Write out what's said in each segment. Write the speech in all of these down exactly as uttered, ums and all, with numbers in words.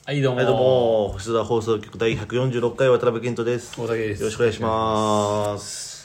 はいどうも、 はいどうも星空放送局第ひゃくよんじゅうろっかい渡辺健人です。 大竹です。 よろしくお願いします。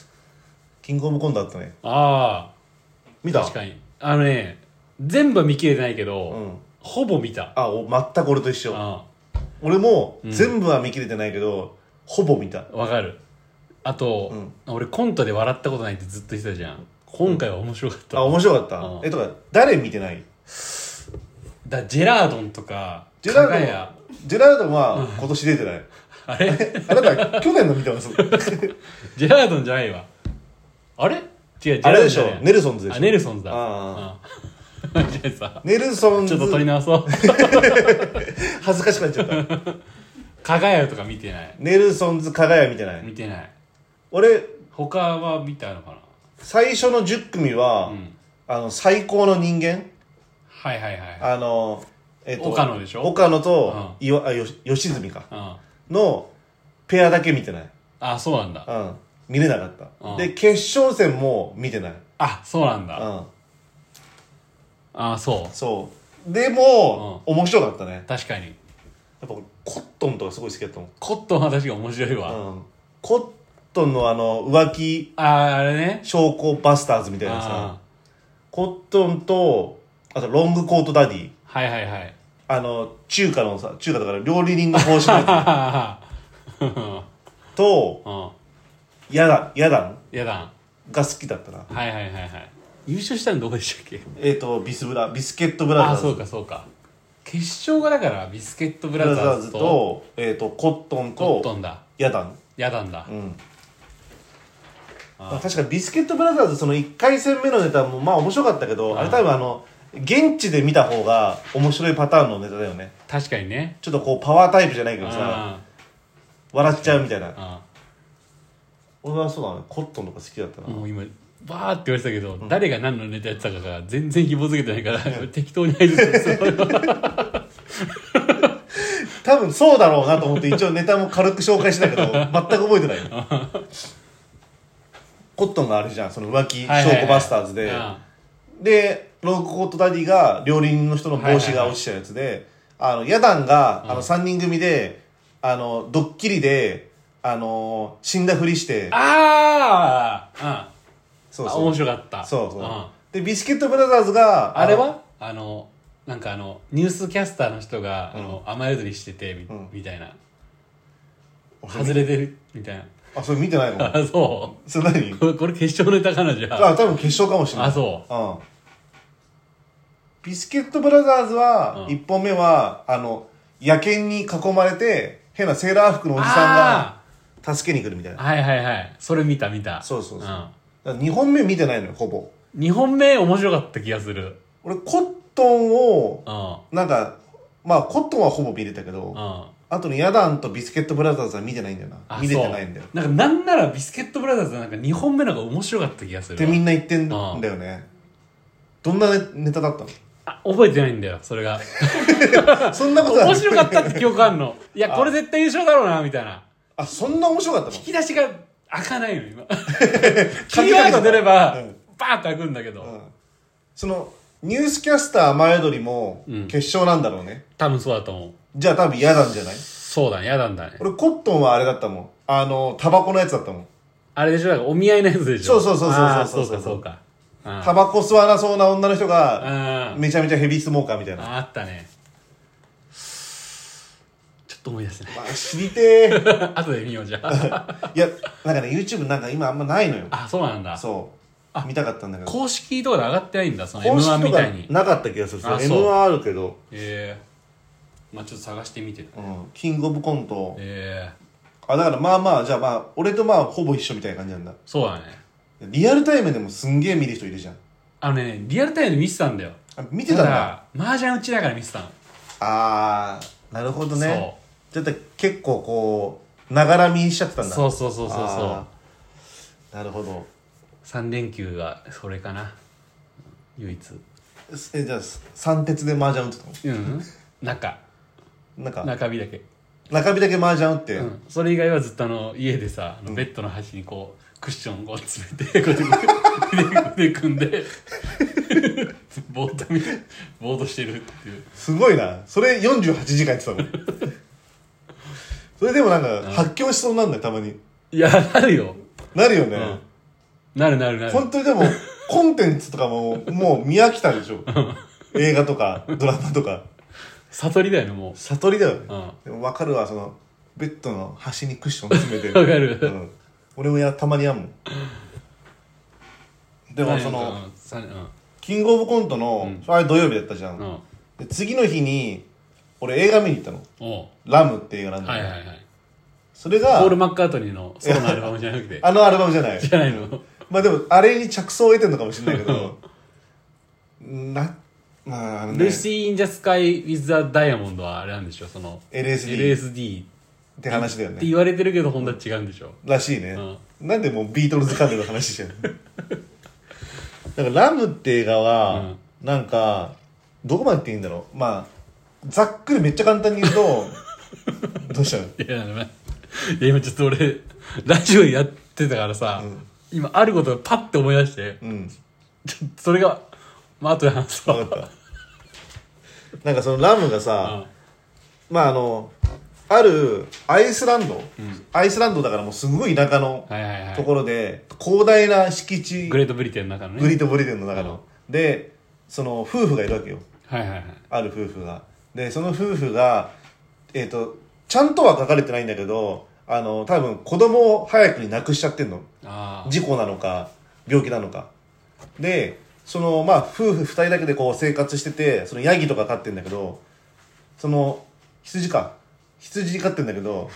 キングオブコントあったね。 ああ見た？ 確かにあのね全部見切れてないけど、 うん、 ほぼ見た。 あお全く俺と一緒。 あ俺もうん全部は見切れてないけど、ほぼ見た。 わかる。あと、うん、俺コントで笑ったことないってずっと言ってたじゃん。今回は面白かった、 うん、あ面白かった、うん、えとか誰見てない？ だジェラードンとかジェラードンジェラードンは今年出てない、うん、 あれあなた去年の見てますジェラードンじゃないわ。あれ違うジェラードンあれでしょネルソンズでしょ。 あネルソンズだ。 ああじゃあさネルソンズちょっと取り直そう恥ずかしくなっちゃったかがやとか見てない。 ネルソンズかがや見てない。 見てない。 俺他は見たのかな。 最初のじゅっくみは、うん、あの最高の人間、 はいはいはい、 あの、えっと、 岡野でしょ。岡野と、うん、岩あよ吉住か、うん、のペアだけ見てない。 あそうなんだ、 うん、見れなかった、うん、で決勝戦も見てない。 あそうなんだ、うん、あそうそうでも、うん、面白かったね。 確かに。 やっぱコットンとかすごい好きだったもん。 コットンは確かに面白いわ、うん、 コットンのあの浮気ああれね証拠バスターズみたいなさ、コットンとあとロングコートダディ、 はいはいはい、 あの中華のさ中華だから料理人の帽子のやつと、うん、ヤダンヤダンヤダンが好きだったな。 はいはいはいはい。優勝したのどこでしたっけ。 えっ、ー、とビスブラビスケットブラザーズ。 あそうかそうか。決勝がだからビスケットブラザーズ と, と,、えー、とコットンとコットンだヤダンヤダンだ、 うんああ確かビスケットブラザーズそのいっかい戦目のネタもまあ面白かったけど、あれ多分あの現地で見た方が面白いパターンのネタだよね。 確かにね。 ちょっとこうパワータイプじゃないけどさ笑っちゃうみたいな。あ俺はそうだねコットンとか好きだったな。 もう今バーって言われてたけど、うん、誰が何のネタやってたかが全然紐付けてないから適当に入るんですよ多分そうだろうなと思って一応ネタも軽く紹介したけど全く覚えてないコットンがあれじゃんその浮気証拠バスターズで、はいはいはい、でロングコートダディが料理人の人の帽子が落ちたやつで、はいはいはい、あのヤダンが、うん、あのさんにん組であのドッキリであの死んだふりしてああうんそうそう面白かった。 そうそう、うん、でビスケットブラザーズがあれはあのなんかあのニュースキャスターの人が、うん、あの雨宿りしてて み,、うん、みたいな外れてるみたいな。 あそれ見てないの。 あそうそれ何これ、これ決勝ネタかなじゃあ。 あ多分決勝かもしれない。 あそう、 うん、ビスケットブラザーズは、うん、いっぽんめはあの野犬に囲まれて変なセーラー服のおじさんが助けに来るみたいな。 はいはいはいそれ見た見た。 そうそうそう、うんにほんめ見てないのよほぼ。 にほんめ面白かった気がする。 俺コットンを、うん、なんかまあコットンはほぼ見れたけど、うん、あとにヤダンとビスケットブラザーズは見てないんだよな。見れてないんだよ。 なんかなんならビスケットブラザーズなんかにほんめの方が面白かった気がするってみんな言ってんだよね、うん、どんなネタだったの？ あ覚えてないんだよそれがそんなことは面白かったって記憶あんの。いやこれ絶対優勝だろうなみたいな。 あそんな面白かったの？ 引き出しが開かないの今キーワード出れば、うん、バーッと開くんだけど、うん、 そのニュースキャスター前取りも決勝なんだろうね、うん、 多分そうだと思う。 じゃあ多分嫌なんじゃない？ そうだね嫌なんだね。 俺コットンはあれだったもんあのタバコのやつだったもん。 あれでしょなんかお見合いのやつでしょ。 そうそうそうそうそうそうかそうか。 タバコ吸わなそうな女の人がめちゃめちゃヘビースモーカーみたいな。 あ, あったね思い出せない。 まあ、知りてー後で見ようじゃあいやなんかね YouTube なんか今あんまないのよ。 あそうなんだ。 そうあ見たかったんだけど公式とかで上がってないんだその エムワン みたいに。 なかった気がする。 エムワン あるけどええー、まあちょっと探してみて、ね、 うん、キングオブコントええー、あだからまあまあじゃあまあ俺とまあほぼ一緒みたいな感じなんだ。 そうだね。 リアルタイムでもすんげえ見る人いるじゃん。 あのねリアルタイムで見てたんだよ。 あ見てたんだ。 麻雀打ちながら見てたの。 あーなるほどね。ちょっと結構こうながら見しちゃってたんだ。 そうそうそうそうそう。 なるほど。 さん連休がそれかな唯一。 えじゃあ三鉄で麻雀打ってたの？ うん中中中日だけ中日だけ麻雀打って、 うん、それ以外はずっとあの家でさ、あのベッドの端にこうクッションを詰めてこうやって腕組んでボート見てボートしてるっていう。 すごいな。それよんじゅうはちじかんやってたもんそれでもなんか発狂しそうなんだよたまに。 いやなるよ。 なるよね、うん、 なるなるなる。 本当にでもコンテンツとかももう見飽きたでしょ映画とかドラマとか悟りだよねもう。 悟りだよね、 うん、 でも分かるわ。そのベッドの端にクッション詰めてる分かる、 うん、俺もやたまにやんもん。でもその、うんうん、キングオブコントの、うん、あれ土曜日だったじゃん、うん、で次の日に俺映画見に行ったの。ラムって映画なんだけど、はいはいはい、それがポール・マッカートニーのソロのアルバムじゃなくてあのアルバムじゃないじゃないの。 まあでもあれに着想を得てるのかもしれないけどな、まああのね、 ルシー・イン・ジャ・スカイ・ウィズ・ザ・ダイヤモンドはあれなんでしょ、そのエルエスディー, エルエスディーって話だよねって言われてるけど本当は違うんでしょ、 らしいね、うん、なんでもうビートルズ関連の話してるだからラムって映画は、うん、なんかどこまで言っていいんだろう。まあざっくりめっちゃ簡単に言うとどうしたの。 いや、いや今ちょっと俺ラジオやってたからさ、うん、今あることがパッて思い出して、うん、ちょっとそれがまあ後で話すわ。分かった。なんかそのラムがさ、うん、まああのあるアイスランド、うん、アイスランドだからもうすごい田舎のところで、はいはいはい、広大な敷地、グレートブリテンの中のね、グレートブリテンの中の、うん、でその夫婦がいるわけよ、はいはいはい、ある夫婦が。でその夫婦がえっとちゃんとは書かれてないんだけど、あの多分子供を早くに亡くしちゃってんの。あ、事故なのか病気なのかで、そのまあ夫婦ふたりだけでこう生活してて、そのヤギとか飼ってんだけど、その羊か羊飼ってんだけど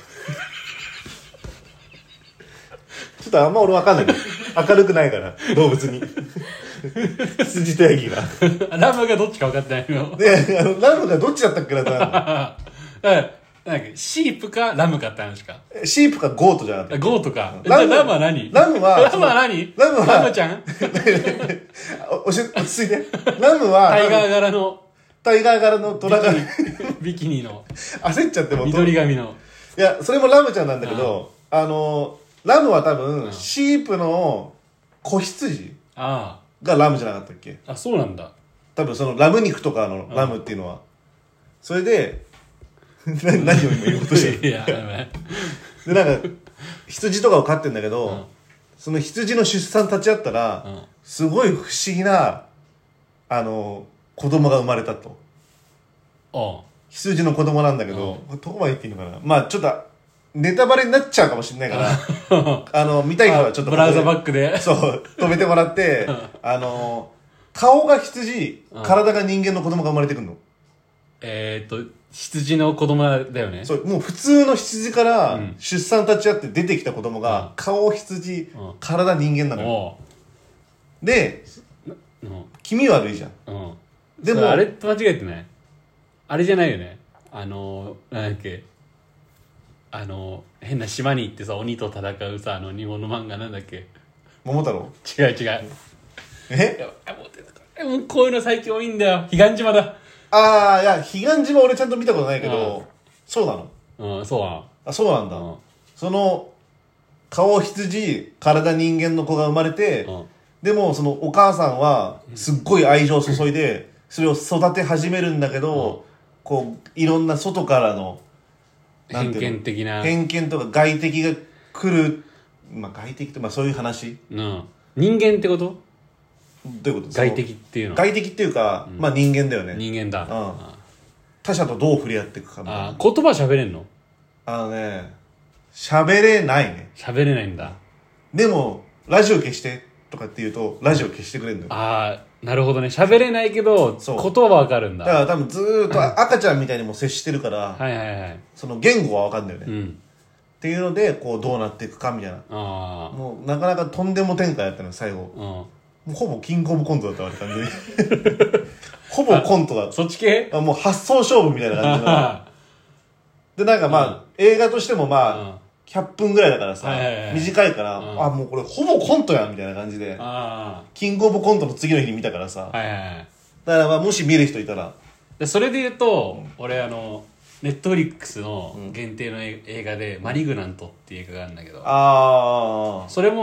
ちょっとあんま俺分かんないけど明るくないから動物に羊とヤギがラムがどっちか分かってないので、あのラムがどっちだったっけなとなんかシープかラムかって話か。シープかゴートじゃなくてゴートか。ラム, ラムは何ラムはラムは何ラムはラムちゃんおし落ち着いて。ラムはタイガー柄のタイガー柄のトラがビキニの焦っちゃっても緑髪の。いやそれもラムちゃんなんだけど、あ, あのラムは多分シープの子羊がラムじゃなかったっけ。あ、そうなんだ。多分そのラム肉とかのラムっていうのはそれで何を今言おうとしてるでなんか羊とかを飼ってんだけど、うん、その羊の出産立ち会ったら、うん、すごい不思議なあの子供が生まれたと。ああ、羊の子供なんだけど、うん、どこまで言っていいのかな。まあちょっとネタバレになっちゃうかもしれないからあの見たい人はちょっとブラウザバックでそう止めてもらってあの顔が羊、体が人間の子供が生まれてくるの。えー、っと羊の子供だよね。そう、もう普通の羊から出産立ち会って出てきた子供が、うん、顔羊、うん、体人間なのよ。で、うん、気味悪いじゃん、うん、でもあれと間違えてない？あれじゃないよね。あのなんだっけ、あの変な島に行ってさ鬼と戦うさ、あの日本の漫画なんだっけ、桃太郎。違う違う。えもうこういうの最近多いんだよ。彼岸島だ。ああ、いや彼岸島俺ちゃんと見たことないけど、うん、そうなの。うん、そうなの。あ、そうなんだ、うん、その顔羊体人間の子が生まれて、うん、でもそのお母さんはすっごい愛情を注いでそれを育て始めるんだけど、うん、こういろんな外からの偏見的な偏見とか外敵が来る、まあ外敵って、まあそういう話、うん、人間ってこと？どういうこと？外敵っていうの？外敵っていうか、うん、まあ人間だよね。人間だ、うん、他者とどう触れ合っていくかみたいな。あ、言葉喋れんの？あのね、喋れないね。喋れないんだ。でもラジオ消してとかって言うとラジオ消してくれるんだよ。ああ、なるほどね。喋れないけど言葉は分かるんだ。だから多分ずーっと赤ちゃんみたいにも接してるからはいはいはい、その言語は分かるんだよね、うん、っていうのでこうどうなっていくかみたいな。あ、もうなかなかとんでも展開やったの最後、うん、もうほぼキングオブコントだったわけ感じでほぼコントだ。そっち系？あ、もう発想勝負みたいな感じのでなんかまあ、うん、映画としてもまあ、うん、ひゃっぷんぐらいだからさ、はいはいはい、短いから、うん、あ、もうこれほぼコントやんみたいな感じで、あ、キングオブコントの次の日に見たからさ、はいはいはい、だからまあもし見る人いたら。でそれで言うと、うん、俺あのネットフリックスの限定の映画で、うん、マリグナントっていう映画があるんだけど、あ、それも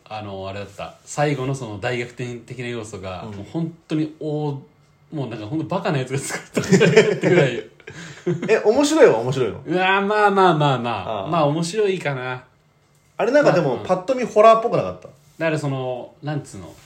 あのあれだった。最後のその大逆転的な要素が、うん、もう本当におもうなんか本当バカなやつが作ったんじゃないかってぐらいえ面白いは面白いの？ うわまあまあまあまああまあ面白いかな。 あれなんかでも、まあ、パッと見ホラーっぽくなかった？ だからそのなんつうの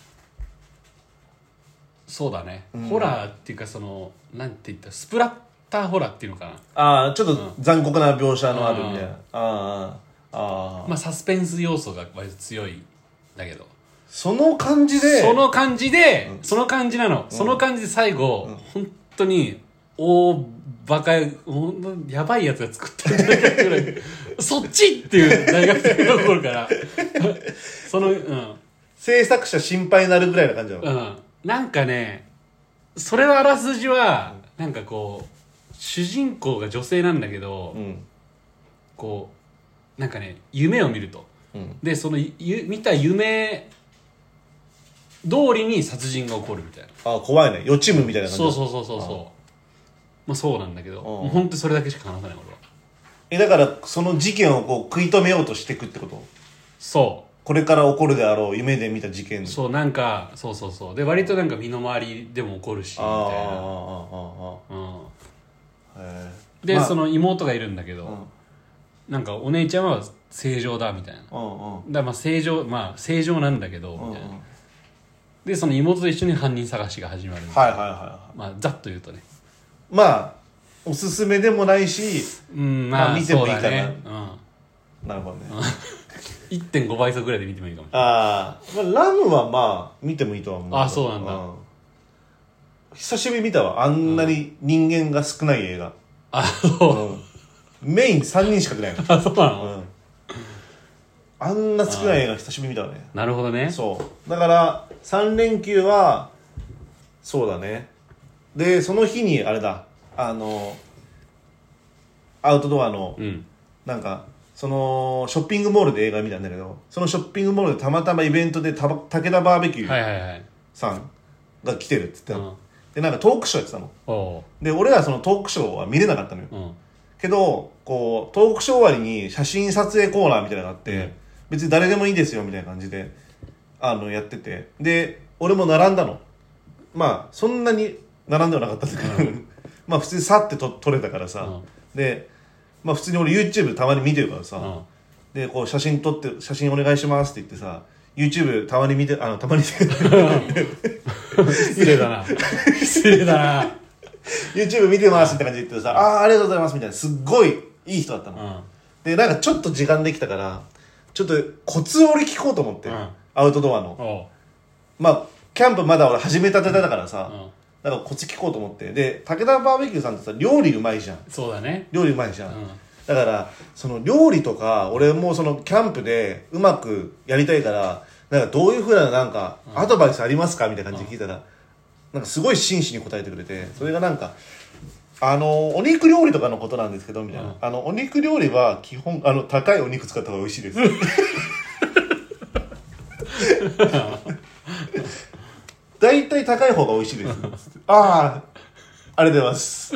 そうだね、うん、ホラーっていうかそのなんて言ったスプラッターホラーっていうのかな。 ああちょっと残酷な描写のあるみたいな、うん、あああまあサスペンス要素が割と強いんだけどその感じでその感じで、うん、その感じなの、うん、その感じで最後、うん、本当に大バカやばいやつが作ったんじゃないかぐらいそっちっていう大学生が起こるからその、うん、 制作者心配になるぐらいな感じなの、 うん、なんかねそれのあらすじは、うん、なんかこう主人公が女性なんだけど、うん、こうなんかね夢を見ると、うん、でそのゆ見た夢通りに殺人が起こるみたいな。 あ怖いね予知夢みたいな感じ。 そうそうそうそうそうまあそうなんだけど、もう本当にそれだけしか話さない俺は。 えだからその事件をこう食い止めようとしていくってこと？ そうこれから起こるであろう夢で見た事件。 そうなんかそうそうそうで割となんか身の回りでも起こるしみたいな。ああああああへで、まあ、その妹がいるんだけど、うん、なんかお姉ちゃんは正常だみたいな、うんうん、だからまあ正常まあ正常なんだけど、うんうん、みたいな。でその妹と一緒に犯人探しが始まるみたいな。はいはいはい、はい、まあざっと言うとねまあおすすめでもないし、 うんまあ、まあ見てもいいかな、ねうん、なるほどねいってんご 倍速ぐらいで見てもいいかもしれない。 あ、まあ、ラムはまあ見てもいいとは思う。 あそうなんだ、うん、 久しぶりに見たわあんなに人間が少ない映画、うん、 あそう、うん、 メインさんにんしか出ないの。 あそうなの、うん、 あんな少ない映画久しぶりに見たわね。 なるほどね。 そうだからさん連休はそうだね。でその日にあれだあのアウトドアの、うん、なんかそのショッピングモールで映画見たんだけどそのショッピングモールでたまたまイベントでた武田バーベキューさんが来てるって言ってたの、でなんかトークショーやってたので俺らそのトークショーは見れなかったのよ、うん、けどこうトークショー終わりに写真撮影コーナーみたいなのがあって、うん、別に誰でもいいですよみたいな感じであのやっててで俺も並んだの。まあそんなに並んではなかったんだけど、うん、まあ普通にさってと撮れたからさ、うん、でまあ普通に俺 YouTube たまに見てるからさ、うん、でこう写真撮って写真お願いしますって言ってさ YouTube たまに見てあのたまに失礼だな失礼だな YouTube 見てますって感じで言ってさ、ああありがとうございますみたいなすっごいいい人だったの、うん、でなんかちょっと時間できたからちょっとコツを俺聞こうと思って、うん、アウトドアのまあキャンプまだ俺始めたてだからさ、うん、だからコツ聞こうと思ってで武田バーベキューさんってさ料理うまいじゃん。 そうだね料理うまいじゃん、うん、だからその料理とか俺もそのキャンプでうまくやりたいからなんかどういうふうななんかアドバイスありますかみたいな感じで聞いたら、うん、なんかすごい真摯に答えてくれてそれがなんかあのお肉料理とかのことなんですけどみたいな、うん、あのお肉料理は基本あの高いお肉使った方が美味しいです大体高い方が美味しいですああありがとうございます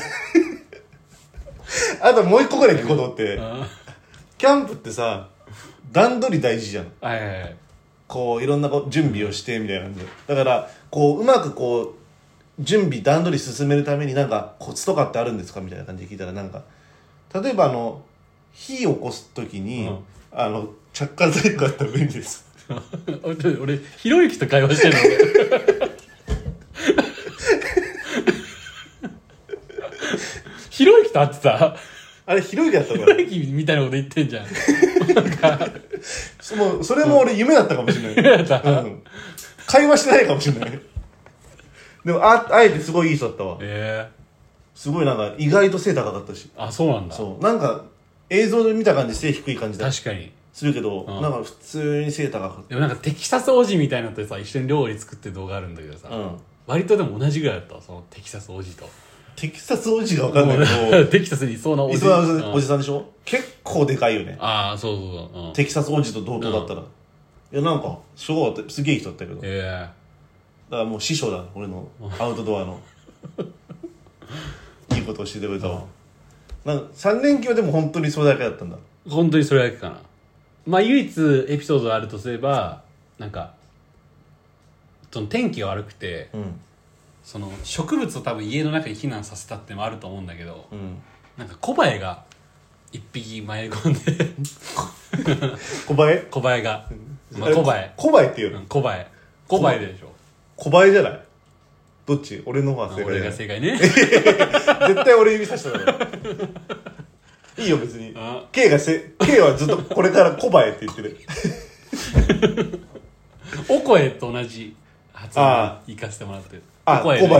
あともう一個ぐらい聞こうと思ってキャンプってさ段取り大事じゃん、はいはいはい、こういろんなこう準備をしてみたいなんでだからこううまくこう準備段取り進めるためになんかコツとかってあるんですかみたいな感じで聞いたらなんか例えばあの火を起こす時に、うん、あの着火剤があったら便利です俺ひろゆきと会話してるのひろゆきと会ってたあれひろゆきだったのひろゆきみたいなこと言ってんじゃんなんかそ, のそれも俺夢だったかもしれない、うん、会話してないかもしれないでも あ, あえてすごいいい人だったわ、えー、すごいなんか意外と背高かったし。 あそうなんだ。 そうなんか映像で見た感じ背低い感じだ確かにするけど、うん、なんか普通に背高かった。 でもなんかテキサス王子みたいなのってさ一緒に料理作ってる動画あるんだけどさ、うん、割とでも同じぐらいだったそのテキサス王子と。 テキサス王子が分かんないけどテキサスにいそうなおじさん、うん、おじさんでしょ。結構でかいよね。 ああそうそうそう、うん、 テキサス王子と同等だったら、うん、いやなんかすごかったすげえ人だったけど、えー、だからもう師匠だ俺のアウトドアのいいことをしてくれたわ、うん、なんかさん連休はでも本当にそれだけだったんだ。 本当にそれだけかな。 まあ唯一エピソードがあるとすればなんかその天気が悪くて、 うん、 その植物を多分家の中に避難させたってのもあると思うんだけど、 うん、 なんかコバエが一匹迷い込んでコバエコバエが、まあ、コバエコバエっていうの、 うん、コバエコバエでしょ。 コバエじゃない？どっち？俺の方が正解。 俺が正解ね絶対俺指さしただろいいよ別に。 K がせ K はずっとこれからコバエって言ってるオコエと同じ発音に行かせてもらってる。 あ、コバエが、うん、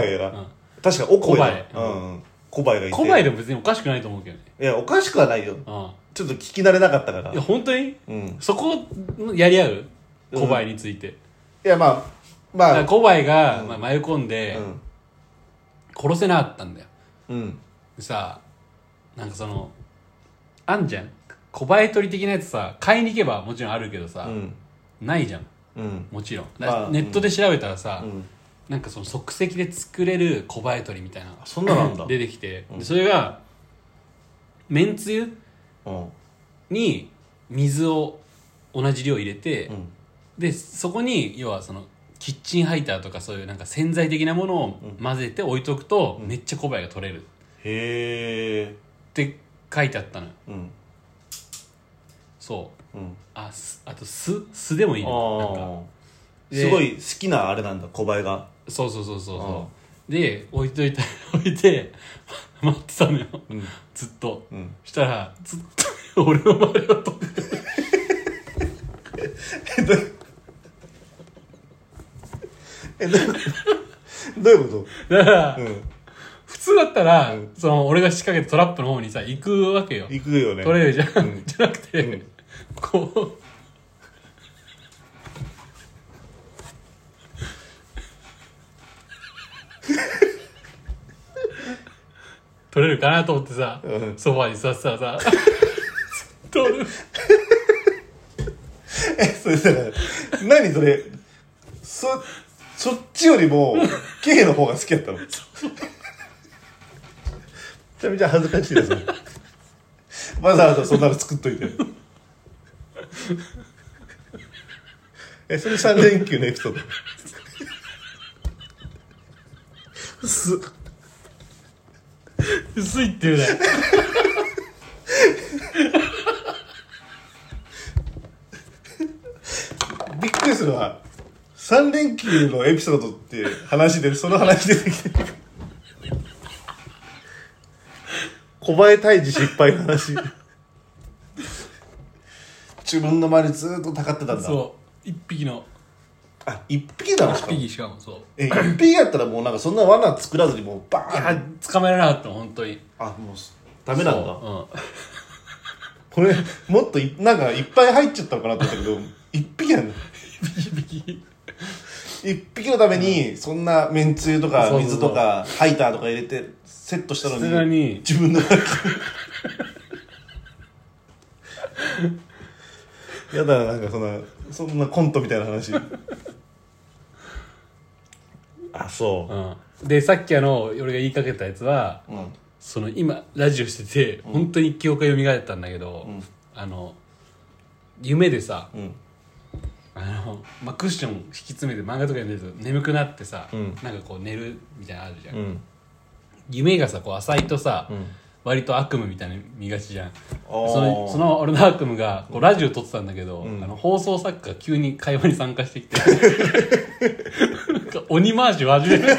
確かオコエだ。 コバエ、 うんうん、コバエがいて、 コバエでも別におかしくないと思うけどね。 いやおかしくはないよ、うん、ちょっと聞き慣れなかったから。 いや本当に、 うん、 そこやり合うコバエについて、うん、 いやまあまあコバエが、うん、まあ、迷い込んで、 うん、 殺せなかったんだよ、 うん、 でさなんかそのあんじゃんコバエ取り的なやつさ買いに行けばもちろんあるけどさ、うん、ないじゃん、うん、もちろん、まあ、ネットで調べたらさ、うん、なんかその即席で作れるコバエ取りみたいなそんななんだ出てきて、うん、でそれがめんつゆに水を同じ量入れて、うん、でそこに要はそのキッチンハイターとかそういうなんか洗剤的なものを混ぜて置いとくと、うん、めっちゃコバエが取れる、 へーって書いてあったのよ、 うん、 そう、うん、あ, あと酢酢でもいいのなんかすごい好きなあれなんだコバエが。 そうそうそうそうそうで置いといて置いて待ってたのよ、うん、ずっと、うん、したらずっと俺の前を飛んでえどどういうこと？ だから、うん、普通だったら、うん、その俺が仕掛けたトラップの方にさ行くわけよ。 行くよね。 取れるじゃん、うん、じゃなくて、うん、こう取れるかなと思ってさ、うん、ソファに座ってたらさ取るえそれさ何それそそっちよりも K の方が好きやったのめちゃめちゃ恥ずかしいですねわざわざそんなの作っといてえそれさん連休のエピソードす薄いっていうねびっくりするわ。さん連休のエピソードって話でその話出てきて小バエ退治失敗の話自分の周りずっとたかってたんだ。 そう一匹のあ一匹だな。 一匹しかもそうえ一匹やったらもうなんかそんな罠作らずにもうバーン。 いや捕まえられなかった本当に。 あもうダメなんだ、うん、これもっといなんかいっぱい入っちゃったのかなと思ったけど一匹なんだ一匹一匹のためにそんなめんつゆとか水とかハイターとか入れてセットしたのにに自分のやだななんかそんなそんなコントみたいな話あそう、 うん、でさっきあの俺が言いかけたやつは、うん、その今ラジオしてて、うん、本当に記憶が蘇ったんだけど、うん、あの夢でさ、うん、あのまあ、クッション引き詰めて漫画とか読んでると眠くなってさ、うん、なんかこう寝るみたいなのあるじゃん、うん、夢がさこう浅いとさ、うん、割と悪夢みたいに見がちじゃん。その、その俺の悪夢がこうラジオ撮ってたんだけど、うん、あの放送作家が急に会話に参加してきて鬼回しを始める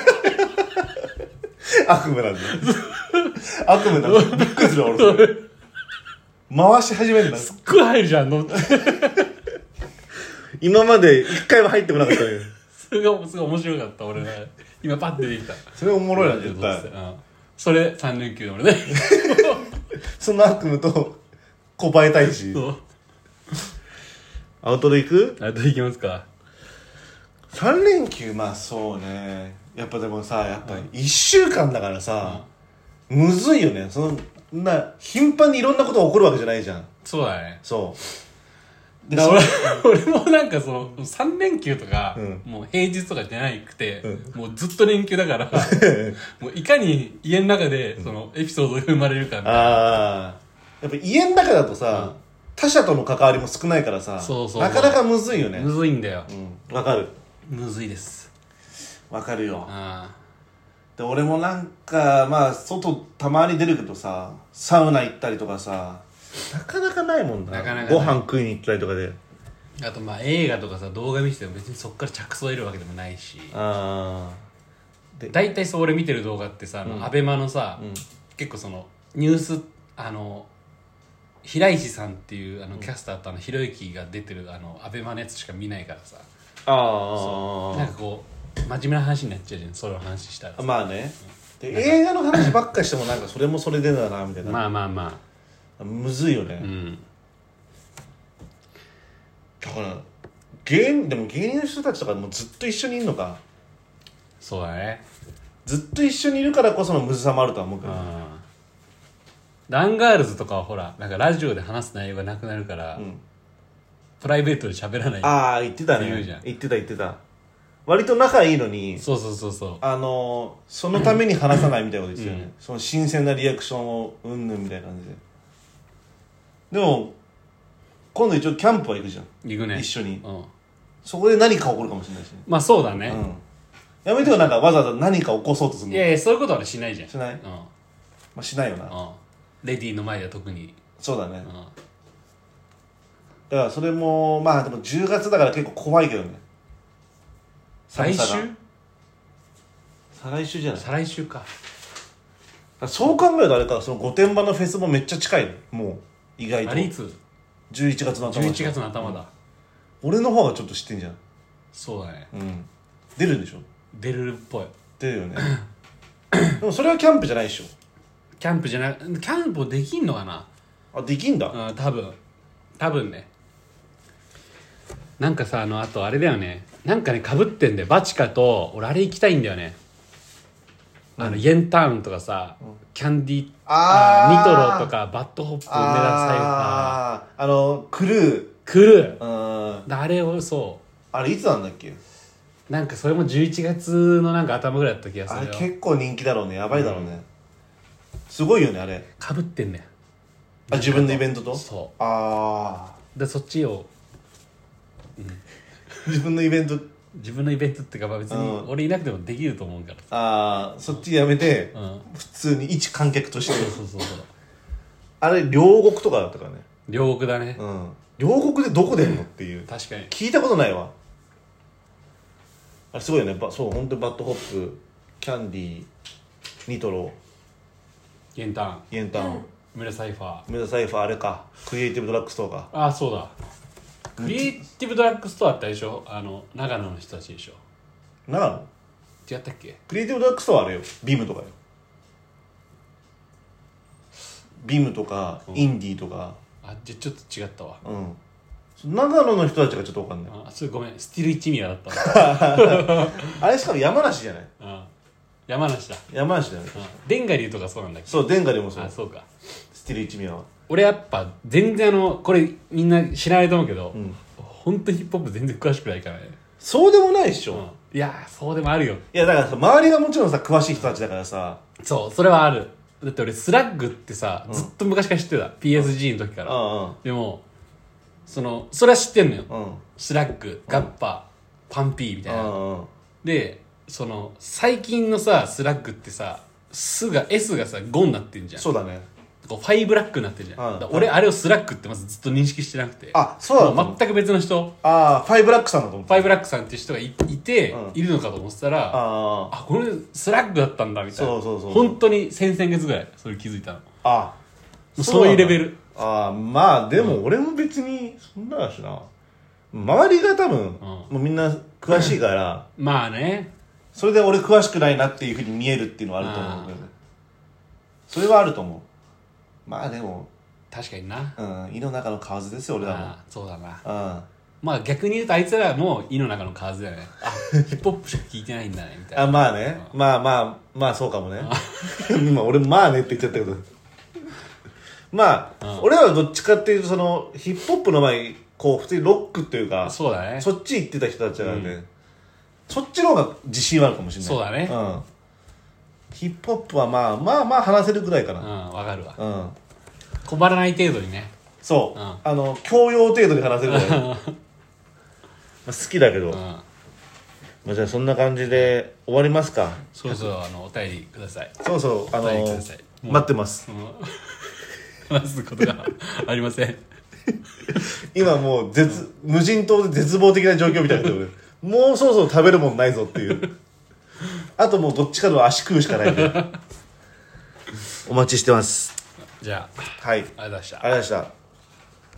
悪夢なんだ悪夢なんだびっくりする俺それ回し始めるんだすっごい入るじゃんの今まで一回も入ってこなかったねそれがすごい面白かった俺ね今パッて出てきたそれおもろいな絶対、うん、 それさん連休の俺ねその悪夢と小バエ大使アウトド行くアウトド行きますか。 さん連休まあそうねやっぱでもさやっぱりいっしゅうかんだからさ、うん、むずいよねそのな頻繁にいろんなことが起こるわけじゃないじゃん。 そうだね。 そうで俺, 俺もなんかそのさん連休とか、うん、もう平日とかじゃなくて、うん、もうずっと連休だからもういかに家の中でそのエピソードが生まれるかみたいな。 ああやっぱ家の中だとさ、 他者との関わりも少ないからさ、 そうそう、 なかなかむずいよね。 むずいんだよ。 うん、わかる。 むずいです。 わかるよ。 あで俺もなんかまあ外たまに出るけどさ、サウナ行ったりとかさ、なかなかないもんな。 なかなかご飯食いに行ったりとかで。 あとまあ映画とかさ動画見てても別にそっから着想を得るわけでもないし、 あで大体そう俺見てる動画ってさ、あのアベマのさ、うん、結構そのニュースあの平石さんっていうあのキャスターとあのひろゆきが出てるあのアベマのやつしか見ないからさ、 ああなんかこう真面目な話になっちゃうじゃん、それの話したら。 まあね、うん、で映画の話ばっかりしてもなんかそれもそれでだなみたいな。 まあまあまあむずいよね、 うん、 だから芸でも芸人の人たちとかもうずっと一緒にいるのか。 そうだね、 ずっと一緒にいるからこそのむずさもあるとは思うけど、ね、 ランガールズとかはほらなんかラジオで話す内容がなくなるから、うん、プライベートで喋らない。 ああ言ってたね、言うじゃん。言ってた言ってた。割と仲いいのに、 そうそうそうそう、 あのそのために話さないみたいなことですよね、うん、その新鮮なリアクションをうんぬんみたいな感じで。でも今度一応キャンプは行くじゃん。 行くね、 一緒に、 うん、 そこで何か起こるかもしれないし、ね、 まあそうだね、 うん、やめてよなんかわざわざ何か起こそうとするの。 いやいやそういうことはしないじゃん。 しない、うん、まあ、しないよな、うん、 レディーの前では特に。 そうだね、うん、だからそれもまあでもじゅうがつだから結構怖いけどね。 来週再来週じゃない。 再来週か。 そう考えるとあれか、その御殿場のフェスもめっちゃ近いね。もう意外と。 あれいつ？ じゅういちがつの頭。 じゅういちがつの頭だ、 うん、俺の方がちょっと知ってんじゃん。 そうだね、 うん、出るんでしょ。 出るっぽい。 出るよねでもそれはキャンプじゃないでしょ。 キャンプじゃなキャンプできんのかな。 あ、できんだ。 うん、多分多分ね。なんかさ、あのあとあれだよね、なんかね被ってんだよ。バチカと俺あれ行きたいんだよね、あのイエンタウンとかさ、うん、キャンディあニトロとかバッドホップ梅田サイファー、 ああのクルークルー、うん、 あれをそうあれいつなんだっけ。 なんかそれもじゅういちがつのなんか頭ぐらいだった気がするよ。 あれ結構人気だろうね。やばいだろうね、うん、すごいよねあれ。 被ってんねん。 あ、自分のイベントと。 そう。 ああでそっちを、 うん、自分のイベント自分のイベントっていうか別に俺いなくてもできると思うから、 ああそっちやめて、うん、普通に一観客として。 そうそうそうそう。 あれ両国とかだったからね。 両国だね、 うん、両国でどこ出んのっていう。 確かに聞いたことないわ。あれすごいよね。そう本当にバッドホップ、キャンディー、ニトロ、 イエンターン、 イエンターン、 梅田サイファー、 梅田サイファーあれか、クリエイティブドラッグストアか。 ああそうだ、クリエイティブドラッグストアってあれでしょ、あの長野の人たちでしょ。 長野違ったっけ。 クリエイティブドラッグストアあれよ、ビームとかよ。ビームとか、うん、インディーとか。 あ、じゃちょっと違ったわ。 うん長野の人たちがちょっと分かんない。 あ、それごめん、スティル一味だったわあれしかも山梨じゃない。 あ山梨だ。 山梨だよね。 デンガリューとかそうなんだっけ。 そうデンガリューもそう。 あ、そうか。 スティル一味は俺やっぱ全然あのこれみんな知らないと思うけど、うん、本当ヒップホップ全然詳しくないからね。 そうでもないっしょ、うん、 いやそうでもあるよ。 いやだからさ周りがもちろんさ詳しい人たちだからさ。 そうそれはある。だって俺スラッグってさ、うん、ずっと昔から知ってた ピーエスジー の時から、うんうん、でもそのそれは知ってんのよ、うん、スラッグ、ガッパ、うん、パンピーみたいな、うん、でその最近のさスラッグってさスが S がさごになってんじゃん。 そうだね。 こうファイブラックになってるじゃん、うん、だ俺あれをスラッグってまずずっと認識してなくて。 あ、そうだもう全く別の人。 ああファイブラックさんだと思って。 ファイブラックさんっていう人が い, いて、うん、いるのかと思ってたら、ああこれスラッグだったんだみたいな。そうそうそうそう。本当に先々月ぐらいそれ気づいたの。ああそういうレベル。 ああまあでも俺も別にそんなだしな、周りが多分、うん、もうみんな詳しいからまあねそれで俺詳しくないなっていうふうに見えるっていうのはあると思うんだよね。それはあると思う。まあでも確かにな、 うん、胃の中の蛙ですよ俺らも。 あそうだな、 うん、まあ逆に言うとあいつらも胃の中の蛙だよね。あヒップホップしか聞いてないんだねみたいな。 あまあね、うん、まあまあまあそうかもね今俺まあねって言っちゃったけどまあ、うん、俺らはどっちかっていうとそのヒップホップの前にこう普通にロックっていうかそうだね、 そっち行ってた人たちだからね、うん、そっちの方が自信はあるかもしれない。 そうだね、 うん、ヒップホップはまあまあまあ話せるぐらいかな。 うんわかるわ、 うん、 困らない程度にね。 そう、うん、あの教養程度で話せるから、まあ好きだけど、うん、まあ、じゃあそんな感じで終わりますか。 そうそう、あのお便りください。 そうそう、あのー、待ってます。 話すことがありません。 今もう絶無人島で絶望的な状況みたいなのでもうそろそろ食べるもんないぞっていうあともうどっちかの足食うしかないんでお待ちしてます。 じゃあ、 はい、ありがとうございました。 ありがとうございました。